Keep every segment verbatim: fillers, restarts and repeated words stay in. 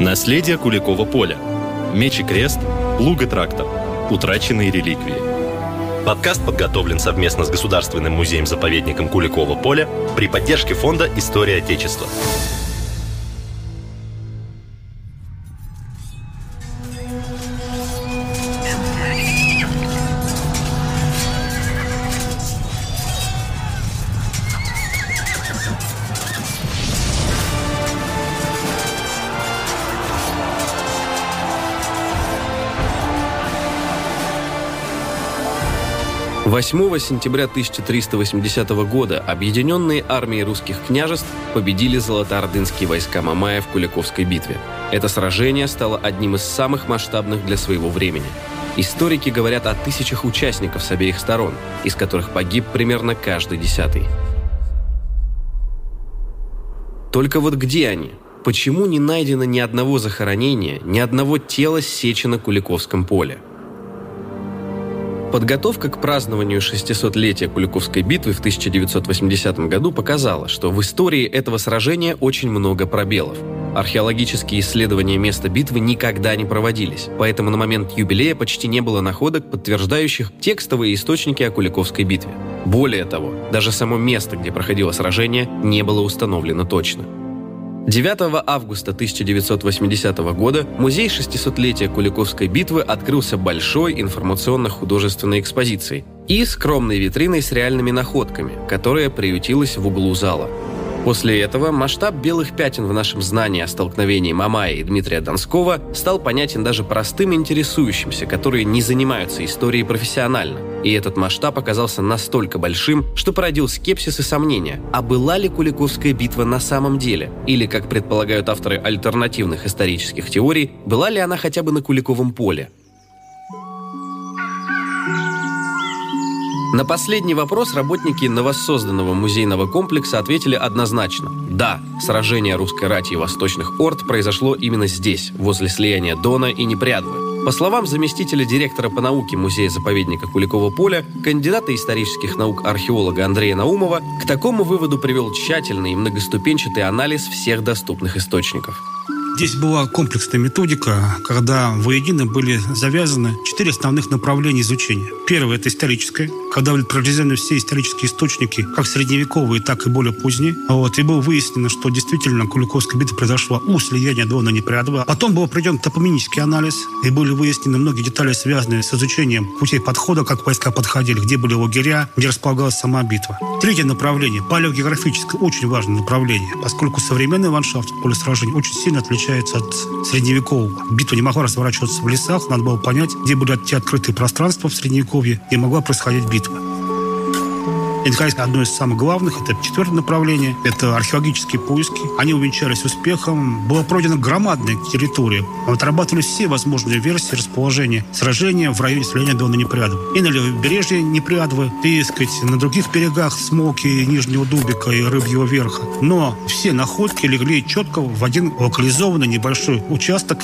Наследие Куликова поля. Меч и крест, плуг и трактор. Утраченные реликвии. Подкаст подготовлен совместно с Государственным музеем-заповедником Куликова поля при поддержке фонда «История Отечества». восьмого сентября тысяча триста восьмидесятого года объединенные армии русских княжеств победили золотоордынские войска Мамая в Куликовской битве. Это сражение стало одним из самых масштабных для своего времени. Историки говорят о тысячах участников с обеих сторон, из которых погиб примерно каждый десятый. Только вот где они? Почему не найдено ни одного захоронения, ни одного тела сечи на Куликовском поле? Подготовка к празднованию шестисотлетия Куликовской битвы в тысяча девятьсот восьмидесятом году показала, что в истории этого сражения очень много пробелов. Археологические исследования места битвы никогда не проводились, поэтому на момент юбилея почти не было находок, подтверждающих текстовые источники о Куликовской битве. Более того, даже само место, где проходило сражение, не было установлено точно. девятого августа тысяча девятьсот восьмидесятого года музей шестисотлетия Куликовской битвы открылся большой информационно-художественной экспозицией и скромной витриной с реальными находками, которая приютилась в углу зала. После этого масштаб белых пятен в нашем знании о столкновении Мамая и Дмитрия Донского стал понятен даже простым интересующимся, которые не занимаются историей профессионально. И этот масштаб оказался настолько большим, что породил скепсис и сомнения, а была ли Куликовская битва на самом деле? Или, как предполагают авторы альтернативных исторических теорий, была ли она хотя бы на Куликовом поле? На последний вопрос работники новосозданного музейного комплекса ответили однозначно. Да, сражение русской рати и восточных орд произошло именно здесь, возле слияния Дона и Непрядвы. По словам заместителя директора по науке музея-заповедника Куликова поля, кандидата исторических наук археолога Андрея Наумова, к такому выводу привел тщательный и многоступенчатый анализ всех доступных источников. Здесь была комплексная методика, когда воедино были завязаны четыре основных направления изучения. Первое – это историческое, когда были проанализированы все исторические источники, как средневековые, так и более поздние. Вот, и было выяснено, что действительно Куликовская битва произошла у слияния Дона и Непрядвы. Потом был проведен топонимический анализ, и были выяснены многие детали, связанные с изучением путей подхода, как войска подходили, где были лагеря, где располагалась сама битва. Третье направление – палеогеографическое, очень важное направление, поскольку современный ландшафт поля сражений очень сильно отличается от средневекового. Битва не могла разворачиваться в лесах, надо было понять, где были те открытые пространства в Средневековье, где могла происходить битва. И, наконец, одно из самых главных, это четвертое направление, это археологические поиски. Они увенчались успехом. Была пройдена громадная территория. Отрабатывались все возможные версии расположения сражения в районе слияния Дона и Непрядвы. И на левобережье Непрядвы, и, так сказать, на других берегах Смоки, Нижнего Дубика и Рыбьего Верха. Но все находки легли четко в один локализованный небольшой участок.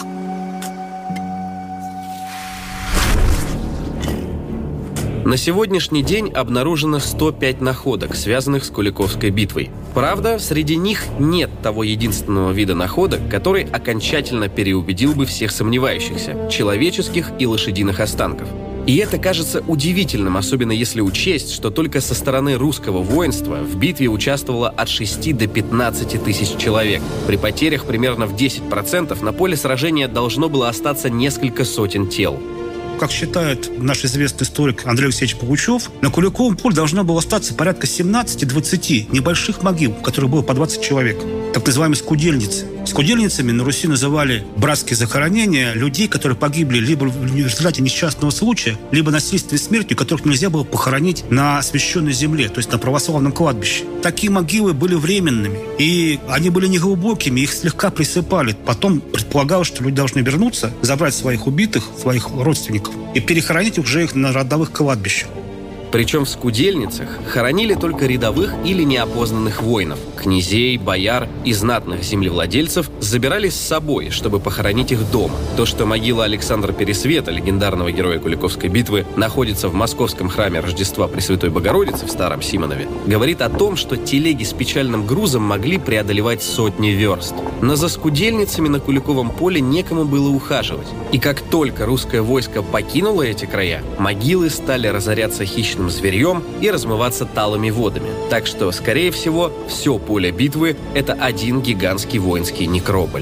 На сегодняшний день обнаружено сто пять находок, связанных с Куликовской битвой. Правда, среди них нет того единственного вида находок, который окончательно переубедил бы всех сомневающихся – человеческих и лошадиных останков. И это кажется удивительным, особенно если учесть, что только со стороны русского воинства в битве участвовало от шести до пятнадцати тысяч человек. При потерях примерно в десять процентов на поле сражения должно было остаться несколько сотен тел. Как считает наш известный историк Андрей Алексеевич Пугачев, на Куликовом поле должно было остаться порядка семнадцати-двадцати небольших могил, в которых было по двадцать человек. Так называемые скудельницы. Скудельницами на Руси называли братские захоронения людей, которые погибли либо в результате несчастного случая, либо насильственной смертью, которых нельзя было похоронить на освященной земле, то есть на православном кладбище. Такие могилы были временными, и они были неглубокими, их слегка присыпали. Потом предполагалось, что люди должны вернуться, забрать своих убитых, своих родственников, и перехоронить уже их на родовых кладбищах. Причем в скудельницах хоронили только рядовых или неопознанных воинов. Князей, бояр и знатных землевладельцев забирали с собой, чтобы похоронить их дома. То, что могила Александра Пересвета, легендарного героя Куликовской битвы, находится в московском храме Рождества Пресвятой Богородицы в Старом Симонове, говорит о том, что телеги с печальным грузом могли преодолевать сотни верст. Но за скудельницами на Куликовом поле некому было ухаживать. И как только русское войско покинуло эти края, могилы стали разоряться хищными зверьем и размываться талыми водами. Так что, скорее всего, все поле битвы – это один гигантский воинский некрополь.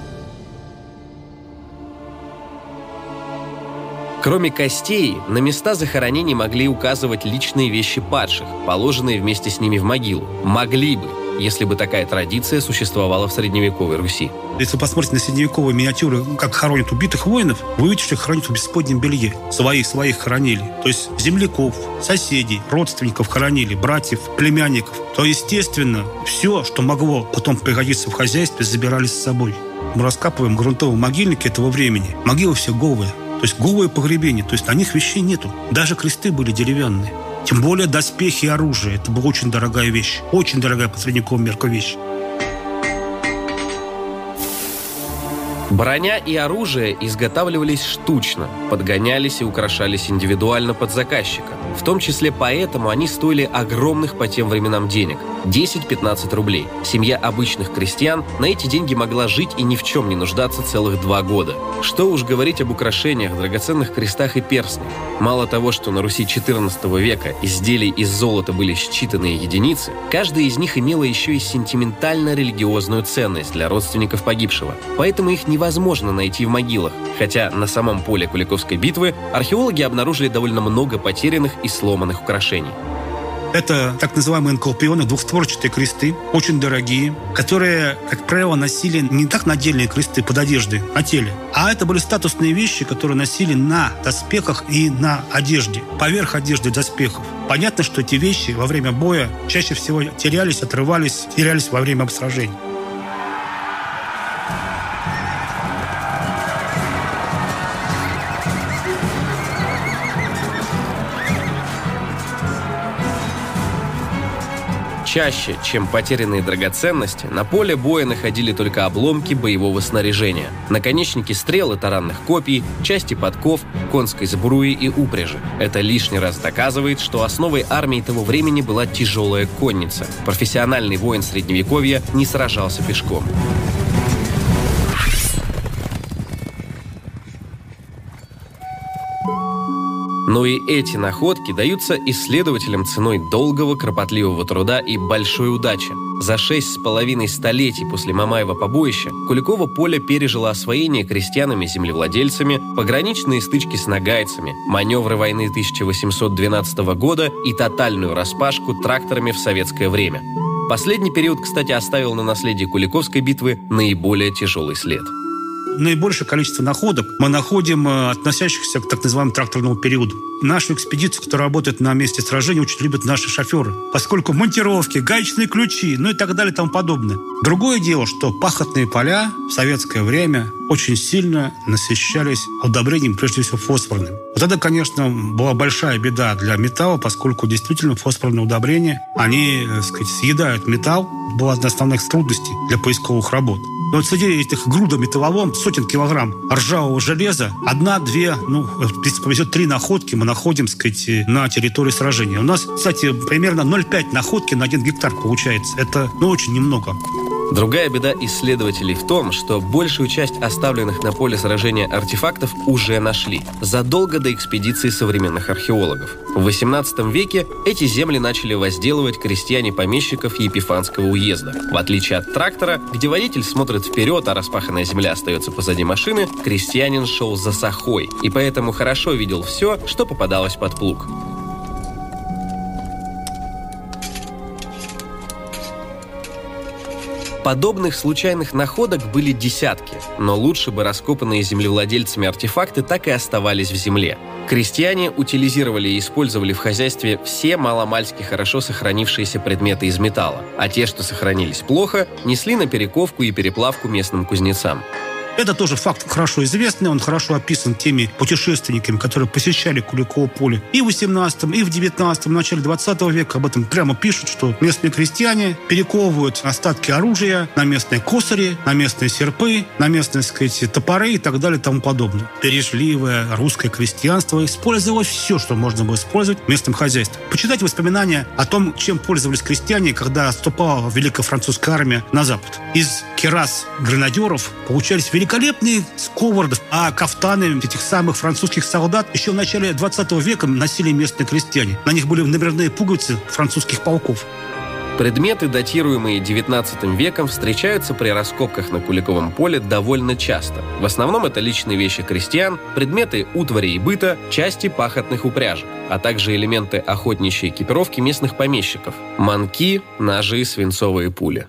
Кроме костей, на места захоронений могли указывать личные вещи падших, положенные вместе с ними в могилу. Могли бы, если бы такая традиция существовала в средневековой Руси. Если вы посмотрите на средневековые миниатюры, как хоронят убитых воинов, вы увидите, что их хоронят в бесподнем белье. Своих, своих хоронили. То есть земляков, соседей, родственников хоронили, братьев, племянников. То, естественно, все, что могло потом пригодиться в хозяйстве, забирали с собой. Мы раскапываем грунтовые могильники этого времени. Могилы все голые. То есть голые погребения. То есть на них вещей нету. Даже кресты были деревянные. Тем более доспехи и оружие. Это была очень дорогая вещь. Очень дорогая по средневековым меркам вещь. Броня и оружие изготавливались штучно, подгонялись и украшались индивидуально под заказчика. В том числе поэтому они стоили огромных по тем временам денег – десять-пятнадцать рублей. Семья обычных крестьян на эти деньги могла жить и ни в чем не нуждаться целых два года. Что уж говорить об украшениях, драгоценных крестах и перстнях. Мало того, что на Руси четырнадцатого века изделий из золота были считанные единицы, каждая из них имела еще и сентиментально-религиозную ценность для родственников погибшего. Поэтому их невозможно найти в могилах. Хотя на самом поле Куликовской битвы археологи обнаружили довольно много потерянных и сломанных украшений. Это так называемые энколпионы, двухстворчатые кресты, очень дорогие, которые, как правило, носили не так надельные кресты под одеждой на теле, а это были статусные вещи, которые носили на доспехах и на одежде, поверх одежды доспехов. Понятно, что эти вещи во время боя чаще всего терялись, отрывались, терялись во время сражений. Чаще, чем потерянные драгоценности, на поле боя находили только обломки боевого снаряжения, наконечники стрел и таранных копий, части подков, конской сбруи и упряжи. Это лишний раз доказывает, что основой армии того времени была тяжелая конница. Профессиональный воин Средневековья не сражался пешком. Но и эти находки даются исследователям ценой долгого, кропотливого труда и большой удачи. За шесть с половиной столетий после Мамаева побоища Куликово поле пережило освоение крестьянами-землевладельцами, пограничные стычки с нагайцами, маневры войны тысяча восемьсот двенадцатого года и тотальную распашку тракторами в советское время. Последний период, кстати, оставил на наследие Куликовской битвы наиболее тяжелый след. Наибольшее количество находок мы находим, относящихся к так называемому тракторному периоду. Нашу экспедицию, которая работает на месте сражения, очень любят наши шоферы, поскольку монтировки, гаечные ключи, ну и так далее и тому подобное. Другое дело, что пахотные поля в советское время очень сильно насыщались удобрением, прежде всего фосфорным. Вот это, конечно, была большая беда для металла, поскольку действительно фосфорные удобрения, они, так сказать, съедают металл. Была одна из основных трудностей для поисковых работ. И вот среди этих груда металлолом, сотен килограмм ржавого железа, одна-две, ну, если повезет, три находки мы находим, так сказать, на территории сражения. У нас, кстати, примерно ноль целых пять десятых находки на один гектар получается. Это, ну, очень немного. Другая беда исследователей в том, что большую часть оставленных на поле сражения артефактов уже нашли, задолго до экспедиции современных археологов. В восемнадцатом веке эти земли начали возделывать крестьяне помещиков Епифанского уезда. В отличие от трактора, где водитель смотрит вперед, а распаханная земля остается позади машины, крестьянин шел за сахой, и поэтому хорошо видел все, что попадалось под плуг. Подобных случайных находок были десятки, но лучше бы раскопанные землевладельцами артефакты так и оставались в земле. Крестьяне утилизировали и использовали в хозяйстве все маломальски хорошо сохранившиеся предметы из металла, а те, что сохранились плохо, несли на перековку и переплавку местным кузнецам. Это тоже факт хорошо известный, он хорошо описан теми путешественниками, которые посещали Куликово поле и в восемнадцатом, и в девятнадцатом, в начале двадцатого века. Об этом прямо пишут, что местные крестьяне перековывают остатки оружия на местные косари, на местные серпы, на местные, так сказать, топоры и так далее и тому подобное. Бережливое русское крестьянство использовало все, что можно было использовать в местном хозяйстве. Почитайте воспоминания о том, чем пользовались крестьяне, когда отступала Великая Французская армия на запад. Из кирас гренадеров получались великолепные сковороды, а кафтаны этих самых французских солдат еще в начале двадцатого века носили местные крестьяне. На них были номерные пуговицы французских полков. Предметы, датируемые девятнадцатым веком, встречаются при раскопках на Куликовом поле довольно часто. В основном это личные вещи крестьян, предметы утвари и быта, части пахотных упряжек, а также элементы охотничьей экипировки местных помещиков – манки, ножи, свинцовые пули.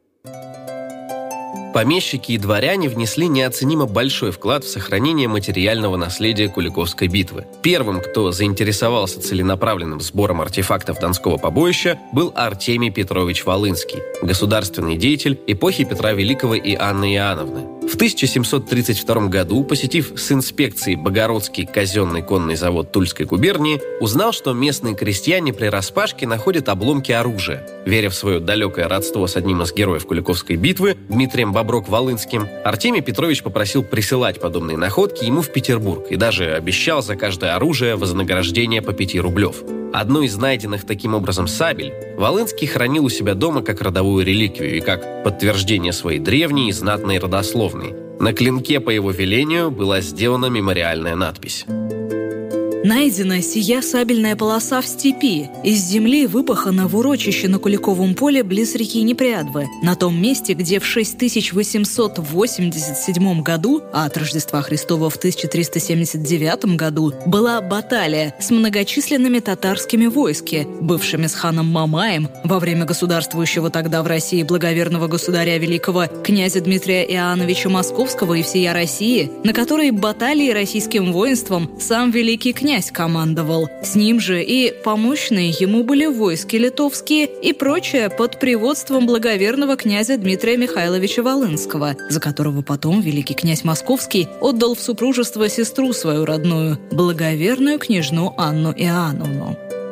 Помещики и дворяне внесли неоценимо большой вклад в сохранение материального наследия Куликовской битвы. Первым, кто заинтересовался целенаправленным сбором артефактов Донского побоища, был Артемий Петрович Волынский, государственный деятель эпохи Петра Великого и Анны Иоанновны. В тысяча семьсот тридцать втором году, посетив с инспекцией Богородский казенный конный завод Тульской губернии, узнал, что местные крестьяне при распашке находят обломки оружия. Веря в свое далекое родство с одним из героев Куликовской битвы, Дмитрием Боброк-Волынским, Артемий Петрович попросил присылать подобные находки ему в Петербург и даже обещал за каждое оружие вознаграждение по пяти рублев. Одну из найденных таким образом сабель Волынский хранил у себя дома как родовую реликвию и как подтверждение своей древней и знатной родословной. На клинке по его велению была сделана мемориальная надпись. Найдена сия сабельная полоса в степи, из земли выпахана в урочище на Куликовом поле близ реки Непрядвы, на том месте, где в шесть тысяч восемьсот восемьдесят седьмом году, а от Рождества Христова в тысяча триста семьдесят девятом году, была баталия с многочисленными татарскими войски, бывшими с ханом Мамаем во время государствующего тогда в России благоверного государя великого князя Дмитрия Иоанновича Московского и всея России, на которой баталии российским воинством сам великий князь князь командовал. С ним же и помощные ему были войски литовские и прочее под приводством благоверного князя Дмитрия Михайловича Волынского, за которого потом великий князь Московский отдал в супружество сестру свою родную, благоверную княжну Анну Иоанновну.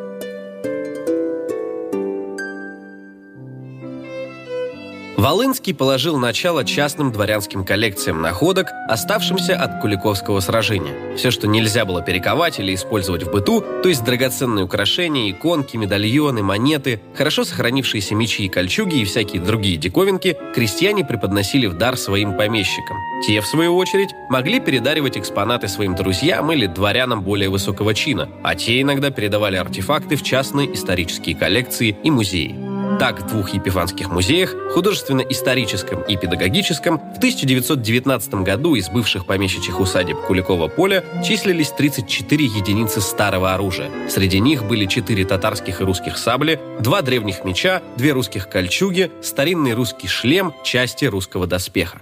Волынский положил начало частным дворянским коллекциям находок, оставшимся от Куликовского сражения. Все, что нельзя было перековать или использовать в быту, то есть драгоценные украшения, иконки, медальоны, монеты, хорошо сохранившиеся мечи и кольчуги и всякие другие диковинки, крестьяне преподносили в дар своим помещикам. Те, в свою очередь, могли передаривать экспонаты своим друзьям или дворянам более высокого чина, а те иногда передавали артефакты в частные исторические коллекции и музеи. Так, в двух епифанских музеях, художественно-историческом и педагогическом, в тысяча девятьсот девятнадцатом году из бывших помещичьих усадеб Куликового поля числились тридцать четыре единицы старого оружия. Среди них были четыре татарских и русских сабли, два древних меча, две русских кольчуги, старинный русский шлем, части русского доспеха.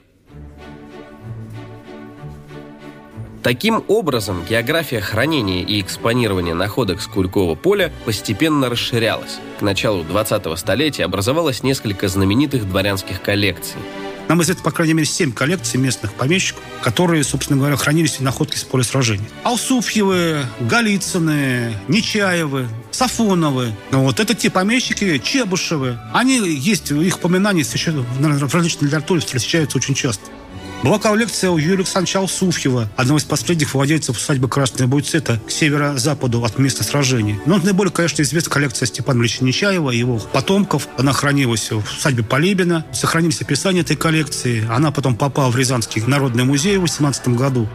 Таким образом, география хранения и экспонирования находок с Куликового поля постепенно расширялась. К началу двадцатого столетия образовалось несколько знаменитых дворянских коллекций. Нам известно, по крайней мере, семь коллекций местных помещиков, которые, собственно говоря, хранились в находке с поля сражений. Алсуфьевы, Голицыны, Нечаевы, Сафоновы. Ну, вот это те помещики, Чебышевы. Они есть, их упоминания в различной литературе встречаются очень часто. Была коллекция у Юрия Александровича Алсуфьева, одного из последних владельцев усадьбы Красные Буйцы, это к северо-западу от места сражения. Но наиболее, конечно, известна коллекция Степана Ильича Нечаева и его потомков. Она хранилась в усадьбе Полибина. Сохранились описания этой коллекции. Она потом попала в Рязанский народный музей в восемнадцатом году.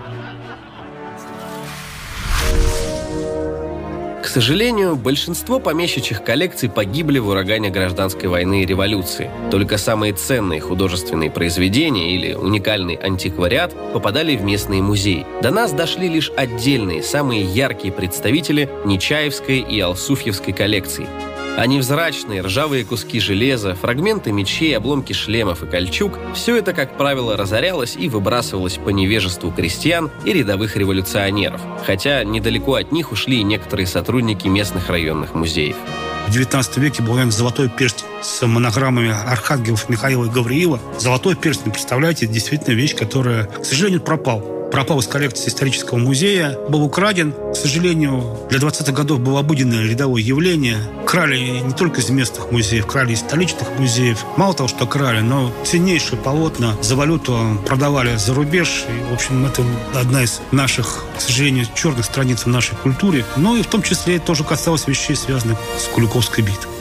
К сожалению, большинство помещичьих коллекций погибли в урагане гражданской войны и революции. Только самые ценные художественные произведения или уникальный антиквариат попадали в местные музеи. До нас дошли лишь отдельные, самые яркие представители Нечаевской и Алсуфьевской коллекций. А невзрачные ржавые куски железа, фрагменты мечей, обломки шлемов и кольчуг – все это, как правило, разорялось и выбрасывалось по невежеству крестьян и рядовых революционеров, хотя недалеко от них ушли и некоторые сотрудники местных районных музеев. В девятнадцатом веке был, наверное, золотой перстень с монограммами архангелов Михаила и Гавриила. Золотой перстень, представляете, действительно вещь, которая, к сожалению, пропал. Пропал из коллекции исторического музея, был украден. К сожалению, для двадцатых годов было обыденное рядовое явление. Крали не только из местных музеев, крали из столичных музеев. Мало того, что крали, но ценнейшие полотна за валюту продавали за рубеж. И, в общем, это одна из наших, к сожалению, черных страниц в нашей культуре. Ну и в том числе это тоже касалось вещей, связанных с Куликовской битвой.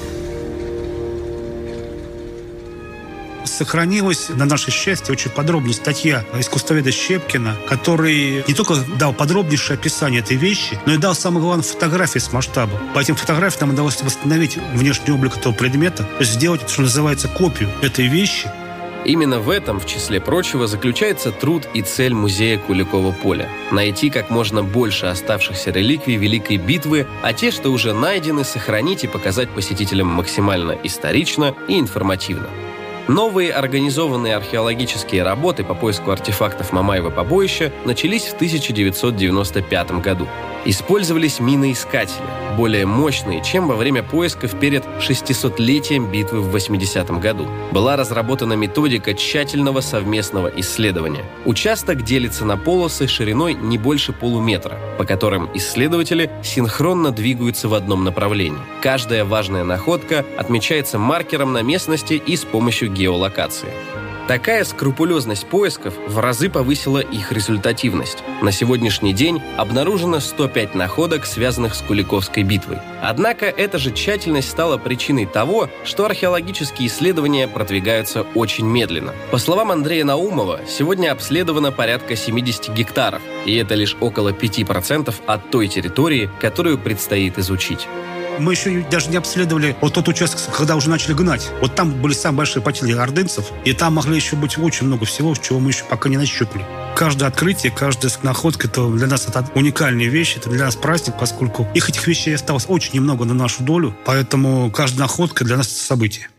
Сохранилась, на наше счастье, очень подробная статья искусствоведа Щепкина, который не только дал подробнейшее описание этой вещи, но и дал, самое главное, фотографии с масштаба. По этим фотографиям нам удалось восстановить внешний облик этого предмета, то есть сделать, что называется, копию этой вещи. Именно в этом, в числе прочего, заключается труд и цель музея Куликово поля – найти как можно больше оставшихся реликвий Великой битвы, а те, что уже найдены, сохранить и показать посетителям максимально исторично и информативно. Новые организованные археологические работы по поиску артефактов Мамаева побоища начались в тысяча девятьсот девяносто пятом году. Использовались миноискатели, более мощные, чем во время поисков перед шестисотлетием битвы в восьмидесятом году. Была разработана методика тщательного совместного исследования. Участок делится на полосы шириной не больше полуметра, по которым исследователи синхронно двигаются в одном направлении. Каждая важная находка отмечается маркером на местности и с помощью геолокации. Такая скрупулезность поисков в разы повысила их результативность. На сегодняшний день обнаружено сто пять находок, связанных с Куликовской битвой. Однако эта же тщательность стала причиной того, что археологические исследования продвигаются очень медленно. По словам Андрея Наумова, сегодня обследовано порядка семьдесят гектаров, и это лишь около пяти процентов от той территории, которую предстоит изучить. Мы еще даже не обследовали вот тот участок, когда уже начали гнать. Вот там были самые большие потери ордынцев, и там могли еще быть очень много всего, чего мы еще пока не нащупали. Каждое открытие, каждая находка, это для нас это уникальная вещь, это для нас праздник, поскольку их этих вещей осталось очень немного на нашу долю, поэтому каждая находка для нас это событие.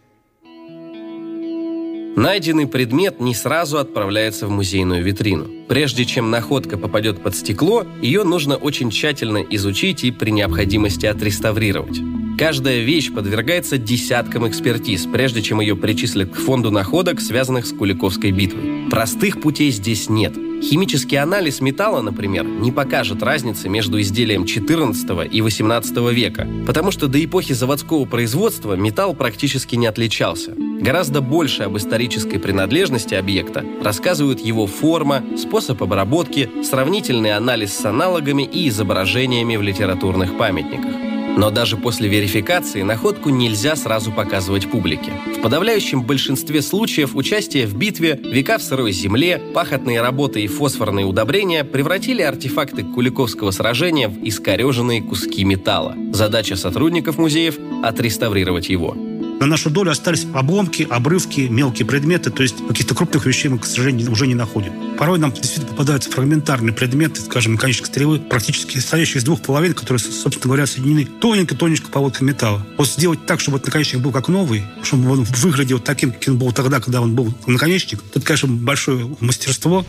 Найденный предмет не сразу отправляется в музейную витрину. Прежде чем находка попадет под стекло, ее нужно очень тщательно изучить и при необходимости отреставрировать. Каждая вещь подвергается десяткам экспертиз, прежде чем ее причислят к фонду находок, связанных с Куликовской битвой. Простых путей здесь нет. Химический анализ металла, например, не покажет разницы между изделием четырнадцатого и восемнадцатого века, потому что до эпохи заводского производства металл практически не отличался. Гораздо больше об исторической принадлежности объекта рассказывают его форма, способ обработки, сравнительный анализ с аналогами и изображениями в литературных памятниках. Но даже после верификации находку нельзя сразу показывать публике. В подавляющем большинстве случаев участие в битве, века в сырой земле, пахотные работы и фосфорные удобрения превратили артефакты Куликовского сражения в искореженные куски металла. Задача сотрудников музеев – отреставрировать его. На нашу долю остались обломки, обрывки, мелкие предметы, то есть каких-то крупных вещей мы, к сожалению, уже не находим. Порой нам действительно попадаются фрагментарные предметы, скажем, наконечник стрелы, практически состоящие из двух половин, которые, собственно говоря, соединены тоненько-тоненько полоской металла. Вот сделать так, чтобы этот наконечник был как новый, чтобы он выглядел таким, каким он был тогда, когда он был наконечник, это, конечно, большое мастерство.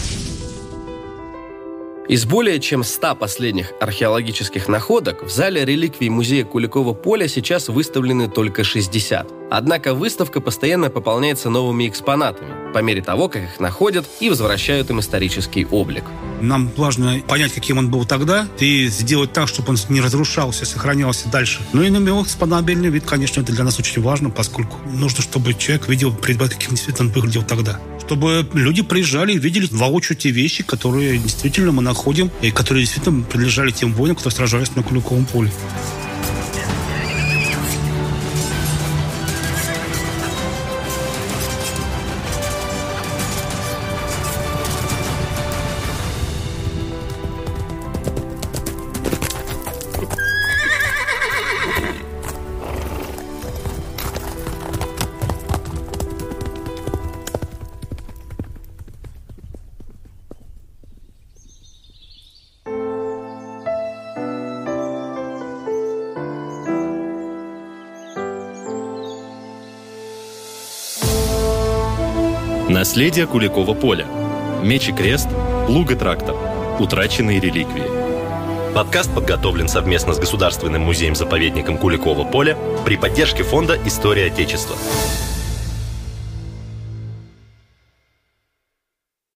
Из более чем ста последних археологических находок в зале реликвий музея Куликово поля сейчас выставлены только шестьдесят. Однако выставка постоянно пополняется новыми экспонатами, по мере того, как их находят и возвращают им исторический облик. Нам важно понять, каким он был тогда, и сделать так, чтобы он не разрушался, сохранялся дальше. Ну и на его экспонабельный вид, конечно, это для нас очень важно, поскольку нужно, чтобы человек видел предмет, каким действительно он выглядел тогда. Чтобы люди приезжали и видели воочию те вещи, которые действительно мы находим, и которые действительно принадлежали тем воинам, которые сражались на Куликовом поле. Наследие Куликова поля. Меч и крест, плуг и трактор. Утраченные реликвии. Подкаст подготовлен совместно с Государственным музеем-заповедником Куликово поле при поддержке фонда «История Отечества».